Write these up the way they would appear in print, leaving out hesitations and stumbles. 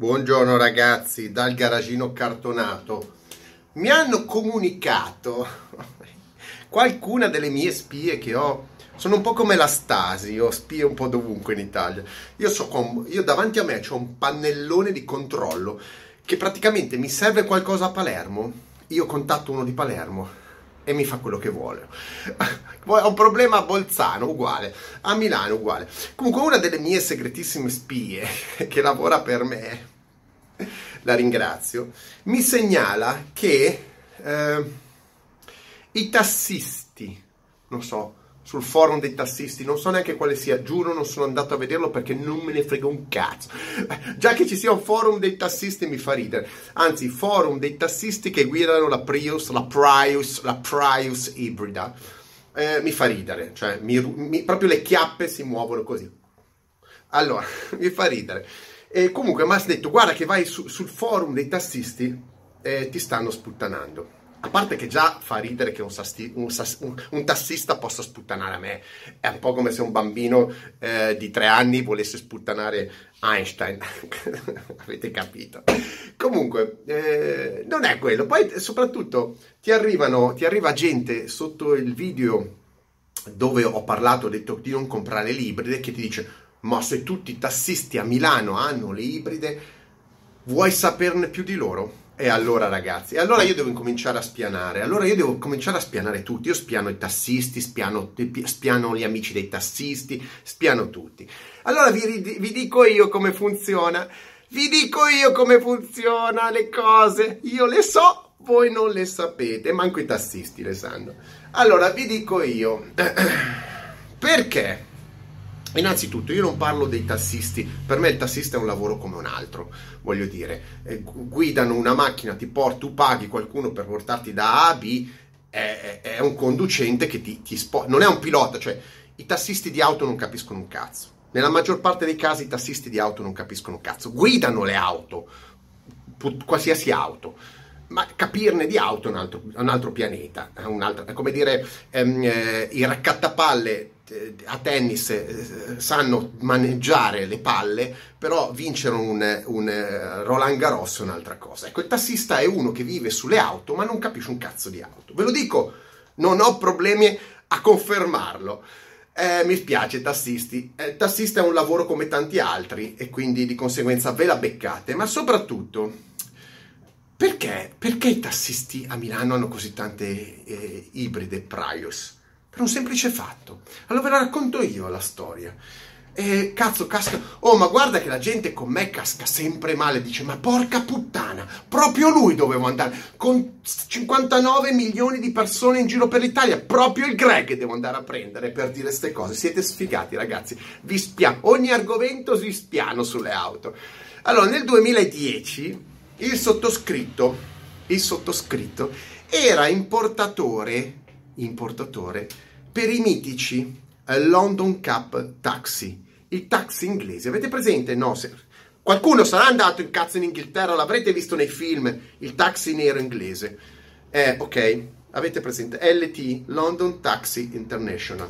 Buongiorno ragazzi, dal garagino cartonato. Mi hanno comunicato qualcuna delle mie spie che ho. Sono un po' come la Stasi, ho spie un po' dovunque in Italia. Io davanti a me c'ho un pannellone di controllo che praticamente mi serve qualcosa a Palermo. Io contatto uno di Palermo e mi fa quello che vuole. Ho un problema a Bolzano, uguale. A Milano, uguale. Comunque una delle mie segretissime spie che lavora per me, la ringrazio, mi segnala che i tassisti, non so, sul forum dei tassisti, non so neanche quale sia, giuro non sono andato a vederlo perché non me ne frega un cazzo. Già che ci sia un forum dei tassisti mi fa ridere. Anzi, forum dei tassisti che guidano la Prius ibrida. Mi fa ridere, cioè proprio le chiappe si muovono così. Allora, mi fa ridere. E comunque mi ha detto, guarda che vai sul forum dei tassisti e ti stanno sputtanando. A parte che già fa ridere che un tassista possa sputtanare a me. È un po' come se un bambino di 3 anni volesse sputtanare Einstein. Avete capito? Comunque, non è quello. Poi soprattutto ti arriva gente sotto il video dove ho parlato, ho detto di non comprare l'ibride, che ti dice: ma se tutti i tassisti a Milano hanno le ibride, vuoi saperne più di loro? E allora ragazzi, allora io devo incominciare a spianare, allora io devo cominciare a spianare tutti, io spiano i tassisti, spiano gli amici dei tassisti, spiano tutti. Allora vi dico io come funziona, le cose, io le so, voi non le sapete, manco i tassisti le sanno. Allora vi dico io, perché? Innanzitutto io non parlo dei tassisti, per me il tassista è un lavoro come un altro, voglio dire, guidano una macchina, tu paghi qualcuno per portarti da A a B, è un conducente che non è un pilota, cioè i tassisti di auto non capiscono un cazzo, nella maggior parte dei casi i tassisti di auto non capiscono un cazzo, guidano le auto, qualsiasi auto, ma capirne di auto è un altro pianeta, è come dire, i raccattapalle a tennis sanno maneggiare le palle, però vincere un Roland Garros è un'altra cosa. Ecco, il tassista è uno che vive sulle auto ma non capisce un cazzo di auto. Ve lo dico, non ho problemi a confermarlo. Mi spiace tassisti, tassista è un lavoro come tanti altri e quindi di conseguenza ve la beccate, ma soprattutto perché i tassisti a Milano hanno così tante ibride Prius? Per un semplice fatto. Allora ve la racconto io la storia. Cazzo, casca. Oh, ma guarda che la gente con me casca sempre male. Dice, ma porca puttana, proprio lui dovevo andare. Con 59 milioni di persone in giro per l'Italia, proprio il Greg devo andare a prendere per dire ste cose. Siete sfigati, ragazzi. Vi spiano. Ogni argomento vi spiano sulle auto. Allora, nel 2010, il sottoscritto era importatore per i mitici London Cup Taxi, il taxi inglese. Avete presente? No, qualcuno sarà andato in cazzo in Inghilterra, l'avrete visto nei film, il taxi nero inglese. Ok, avete presente? LT, London Taxi International.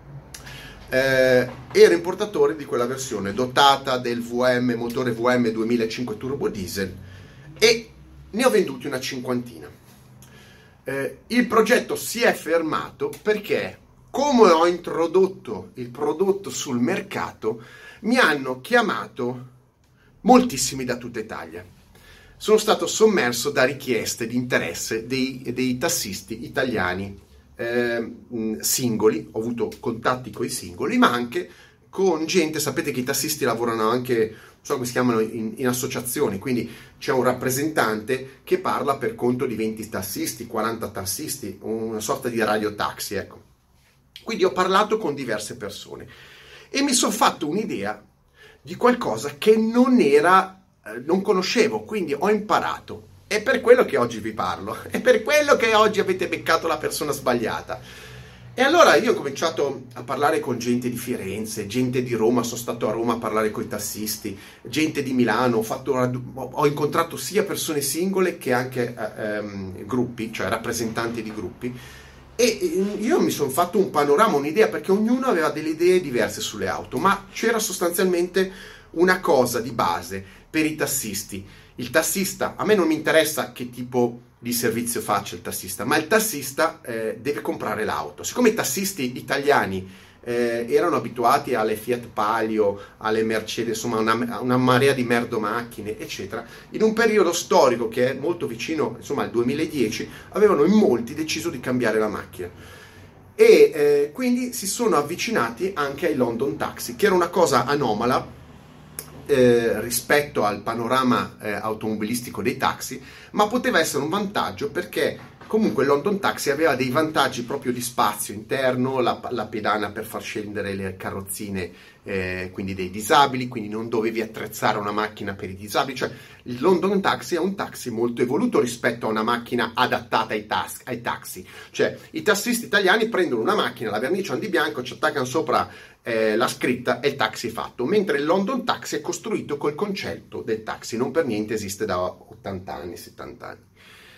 Era importatore di quella versione dotata del motore VM 2005 turbo diesel e ne ho venduti una cinquantina. Il progetto si è fermato perché, come ho introdotto il prodotto sul mercato, mi hanno chiamato moltissimi da tutta Italia. Sono stato sommerso da richieste di interesse dei tassisti italiani singoli, ho avuto contatti con i singoli, ma anche con gente, sapete che i tassisti lavorano anche, non so come si chiamano, in associazioni, quindi c'è un rappresentante che parla per conto di 20 tassisti, 40 tassisti, una sorta di radio taxi, ecco. Quindi ho parlato con diverse persone e mi sono fatto un'idea di qualcosa che non conoscevo, quindi ho imparato. È per quello che oggi vi parlo, è per quello che oggi avete beccato la persona sbagliata. E allora io ho cominciato a parlare con gente di Firenze, gente di Roma, sono stato a Roma a parlare con i tassisti, gente di Milano, ho incontrato sia persone singole che anche gruppi, cioè rappresentanti di gruppi, e io mi sono fatto un panorama, un'idea, perché ognuno aveva delle idee diverse sulle auto, ma c'era sostanzialmente una cosa di base per i tassisti. Il tassista, a me non mi interessa che tipo di servizio faccia il tassista, ma il tassista deve comprare l'auto. Siccome i tassisti italiani erano abituati alle Fiat Palio, alle Mercedes, insomma una marea di merdomacchine, eccetera, in un periodo storico che è molto vicino, insomma, al 2010, avevano in molti deciso di cambiare la macchina. E quindi si sono avvicinati anche ai London Taxi, che era una cosa anomala rispetto al panorama automobilistico dei taxi, ma poteva essere un vantaggio perché comunque il London Taxi aveva dei vantaggi proprio di spazio interno, la pedana per far scendere le carrozzine, quindi dei disabili, quindi non dovevi attrezzare una macchina per i disabili. Cioè il London Taxi è un taxi molto evoluto rispetto a una macchina adattata ai taxi. Cioè i tassisti italiani prendono una macchina, la verniciano di bianco, ci attaccano sopra la scritta e il taxi è fatto, mentre il London Taxi è costruito col concetto del taxi, non per niente esiste da 80 anni, 70 anni.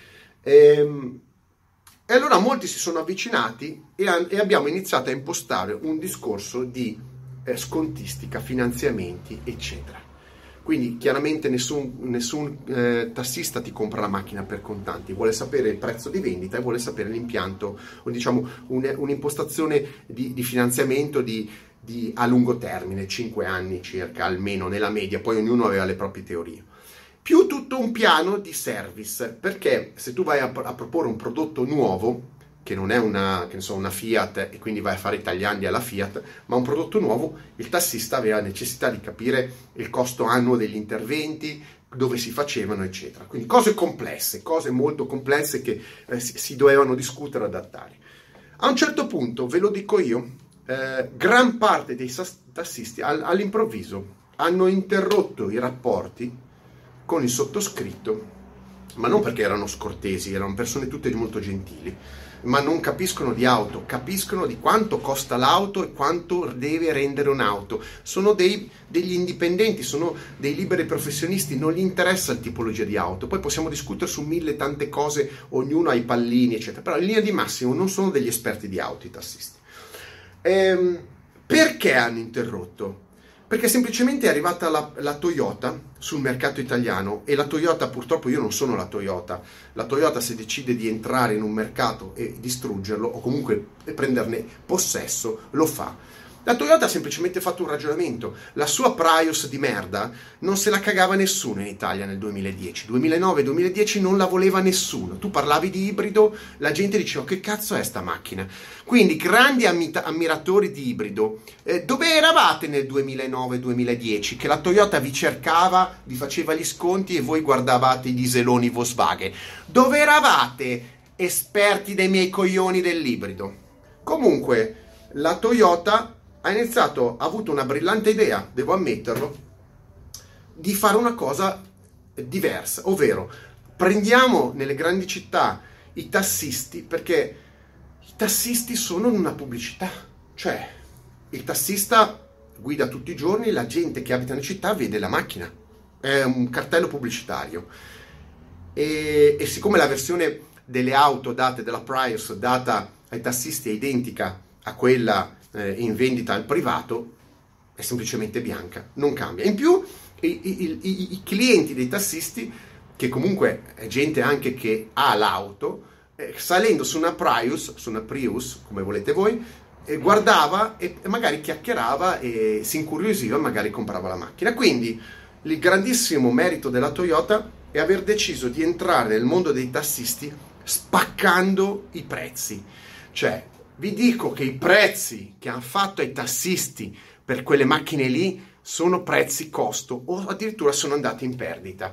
E allora molti si sono avvicinati e abbiamo iniziato a impostare un discorso di scontistica, finanziamenti, eccetera. Quindi chiaramente nessun tassista ti compra la macchina per contanti, vuole sapere il prezzo di vendita e vuole sapere l'impianto, o diciamo un'impostazione di finanziamento a lungo termine, 5 anni circa, almeno nella media, poi ognuno aveva le proprie teorie. Più tutto un piano di service, perché se tu vai a proporre un prodotto nuovo, che non è una Fiat e quindi vai a fare i tagliandi alla Fiat, ma un prodotto nuovo, il tassista aveva necessità di capire il costo annuo degli interventi, dove si facevano, eccetera. Quindi cose complesse, cose molto complesse che si dovevano discutere e adattare. A un certo punto, ve lo dico io, gran parte dei tassisti all'improvviso hanno interrotto i rapporti con il sottoscritto, ma non perché erano scortesi, erano persone tutte molto gentili, ma non capiscono di auto, capiscono di quanto costa l'auto e quanto deve rendere un'auto. Sono degli indipendenti, sono dei liberi professionisti, non gli interessa la tipologia di auto. Poi possiamo discutere su mille tante cose, ognuno ha i pallini, eccetera, però in linea di massimo non sono degli esperti di auto i tassisti. Perché hanno interrotto? Perché semplicemente è arrivata la Toyota sul mercato italiano, e la Toyota, purtroppo io non sono la Toyota se decide di entrare in un mercato e distruggerlo o comunque prenderne possesso, lo fa. La Toyota ha semplicemente fatto un ragionamento, la sua Prius di merda non se la cagava nessuno in Italia nel 2010, 2009-2010 non la voleva nessuno, tu parlavi di ibrido, la gente diceva che cazzo è sta macchina, quindi grandi ammiratori di ibrido, dove eravate nel 2009-2010 che la Toyota vi cercava, vi faceva gli sconti e voi guardavate i dieseloni Volkswagen, dove eravate esperti dei miei coglioni dell'ibrido? Comunque la Toyota ha avuto una brillante idea, devo ammetterlo, di fare una cosa diversa, ovvero prendiamo nelle grandi città i tassisti, perché i tassisti sono una pubblicità, cioè il tassista guida tutti i giorni, la gente che abita nelle città vede la macchina, è un cartello pubblicitario e siccome la versione delle auto date della Prius data ai tassisti è identica a quella in vendita al privato, è semplicemente bianca, non cambia. In più i clienti dei tassisti, che comunque è gente anche che ha l'auto, salendo su una Prius, come volete voi, guardava e magari chiacchierava e si incuriosiva, magari comprava la macchina. Quindi il grandissimo merito della Toyota è aver deciso di entrare nel mondo dei tassisti spaccando i prezzi. Cioè, vi dico che i prezzi che hanno fatto ai tassisti per quelle macchine lì sono prezzi costo, o addirittura sono andati in perdita.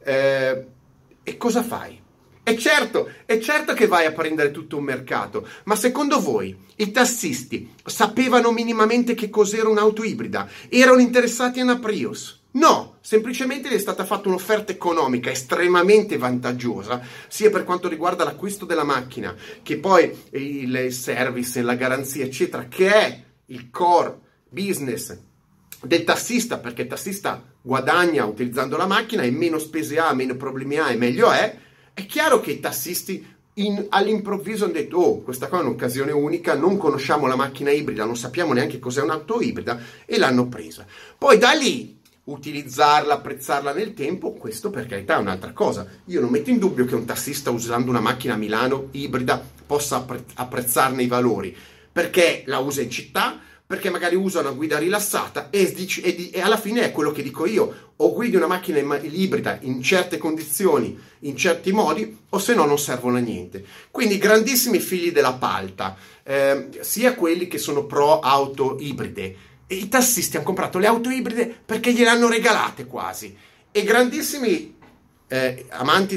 E cosa fai? È certo che vai a prendere tutto un mercato, ma secondo voi i tassisti sapevano minimamente che cos'era un'auto ibrida? Erano interessati a una Prius? No, semplicemente gli è stata fatta un'offerta economica estremamente vantaggiosa, sia per quanto riguarda l'acquisto della macchina, che poi il service, la garanzia, eccetera, che è il core business del tassista, perché il tassista guadagna utilizzando la macchina e meno spese ha, meno problemi ha e meglio è. È chiaro che i tassisti all'improvviso hanno detto: oh, questa qua è un'occasione unica, non conosciamo la macchina ibrida, non sappiamo neanche cos'è un'auto ibrida, e l'hanno presa. Poi da lì, utilizzarla, apprezzarla nel tempo, questo per carità è un'altra cosa. Io non metto in dubbio che un tassista usando una macchina a Milano ibrida possa apprezzarne i valori, perché la usa in città, perché magari usa una guida rilassata e alla fine è quello che dico io: o guidi una macchina ibrida in certe condizioni, in certi modi, o se no non servono a niente. Quindi grandissimi figli della palta, sia quelli che sono pro auto ibride. E i tassisti hanno comprato le auto ibride perché gliele hanno regalate quasi, e grandissimi amanti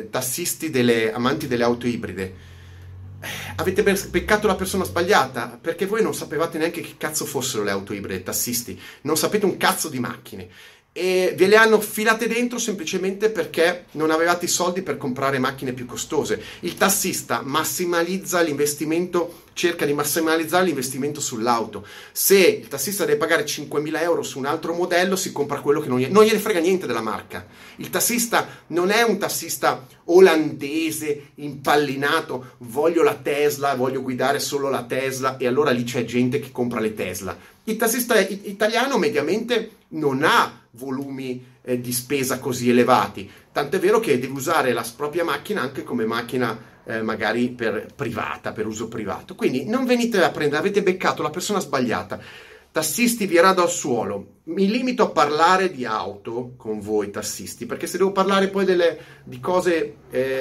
delle auto ibride. Avete beccato la persona sbagliata, perché voi non sapevate neanche che cazzo fossero le auto ibride, tassisti, non sapete un cazzo di macchine e ve le hanno filate dentro semplicemente perché non avevate i soldi per comprare macchine più costose. Il tassista massimalizza l'investimento, cerca di massimalizzare l'investimento sull'auto. Se il tassista deve pagare 5.000 euro su un altro modello, si compra quello che non gliene frega niente della marca. Il tassista non è un tassista olandese impallinato: voglio la Tesla, voglio guidare solo la Tesla, e allora lì c'è gente che compra le Tesla. Il tassista italiano mediamente non ha volumi di spesa così elevati, tant'è vero che deve usare la propria macchina anche come macchina magari per uso privato. Quindi non venite a prendere, avete beccato la persona sbagliata. Tassisti, vi rado al suolo. Mi limito a parlare di auto con voi tassisti, perché se devo parlare poi di cose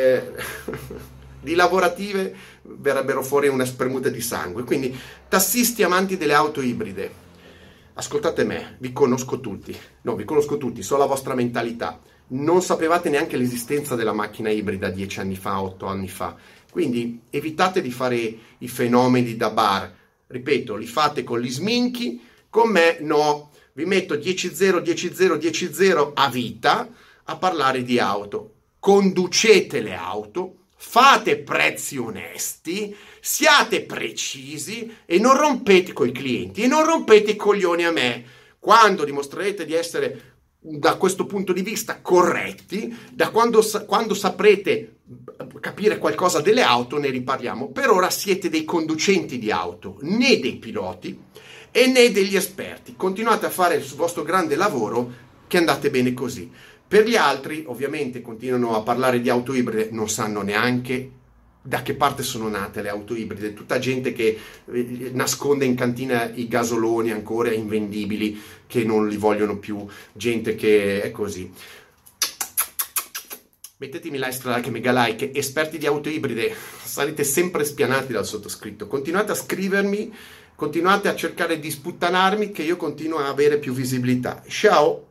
di lavorative verrebbero fuori una spremuta di sangue. Quindi tassisti amanti delle auto ibride, ascoltate me, vi conosco tutti, so la vostra mentalità. Non sapevate neanche l'esistenza della macchina ibrida 10 anni fa, 8 anni fa. Quindi evitate di fare i fenomeni da bar. Ripeto, li fate con gli sminchi, con me no. Vi metto 10-0, 10-0, 10-0 a vita a parlare di auto. Conducete le auto, fate prezzi onesti, siate precisi e non rompete coi clienti e non rompete i coglioni a me. Quando dimostrerete di essere da questo punto di vista corretti, quando saprete capire qualcosa delle auto, ne riparliamo. Per ora siete dei conducenti di auto, né dei piloti e né degli esperti. Continuate a fare il vostro grande lavoro, che andate bene così. Per gli altri, ovviamente, continuano a parlare di auto ibride, non sanno neanche da che parte sono nate le auto ibride. Tutta gente che nasconde in cantina i gasoloni ancora invendibili, che non li vogliono più, gente che è così. Mettetemi like e mega like. Esperti di auto ibride, sarete sempre spianati dal sottoscritto. Continuate a scrivermi, continuate a cercare di sputtanarmi, che io continuo a avere più visibilità. Ciao!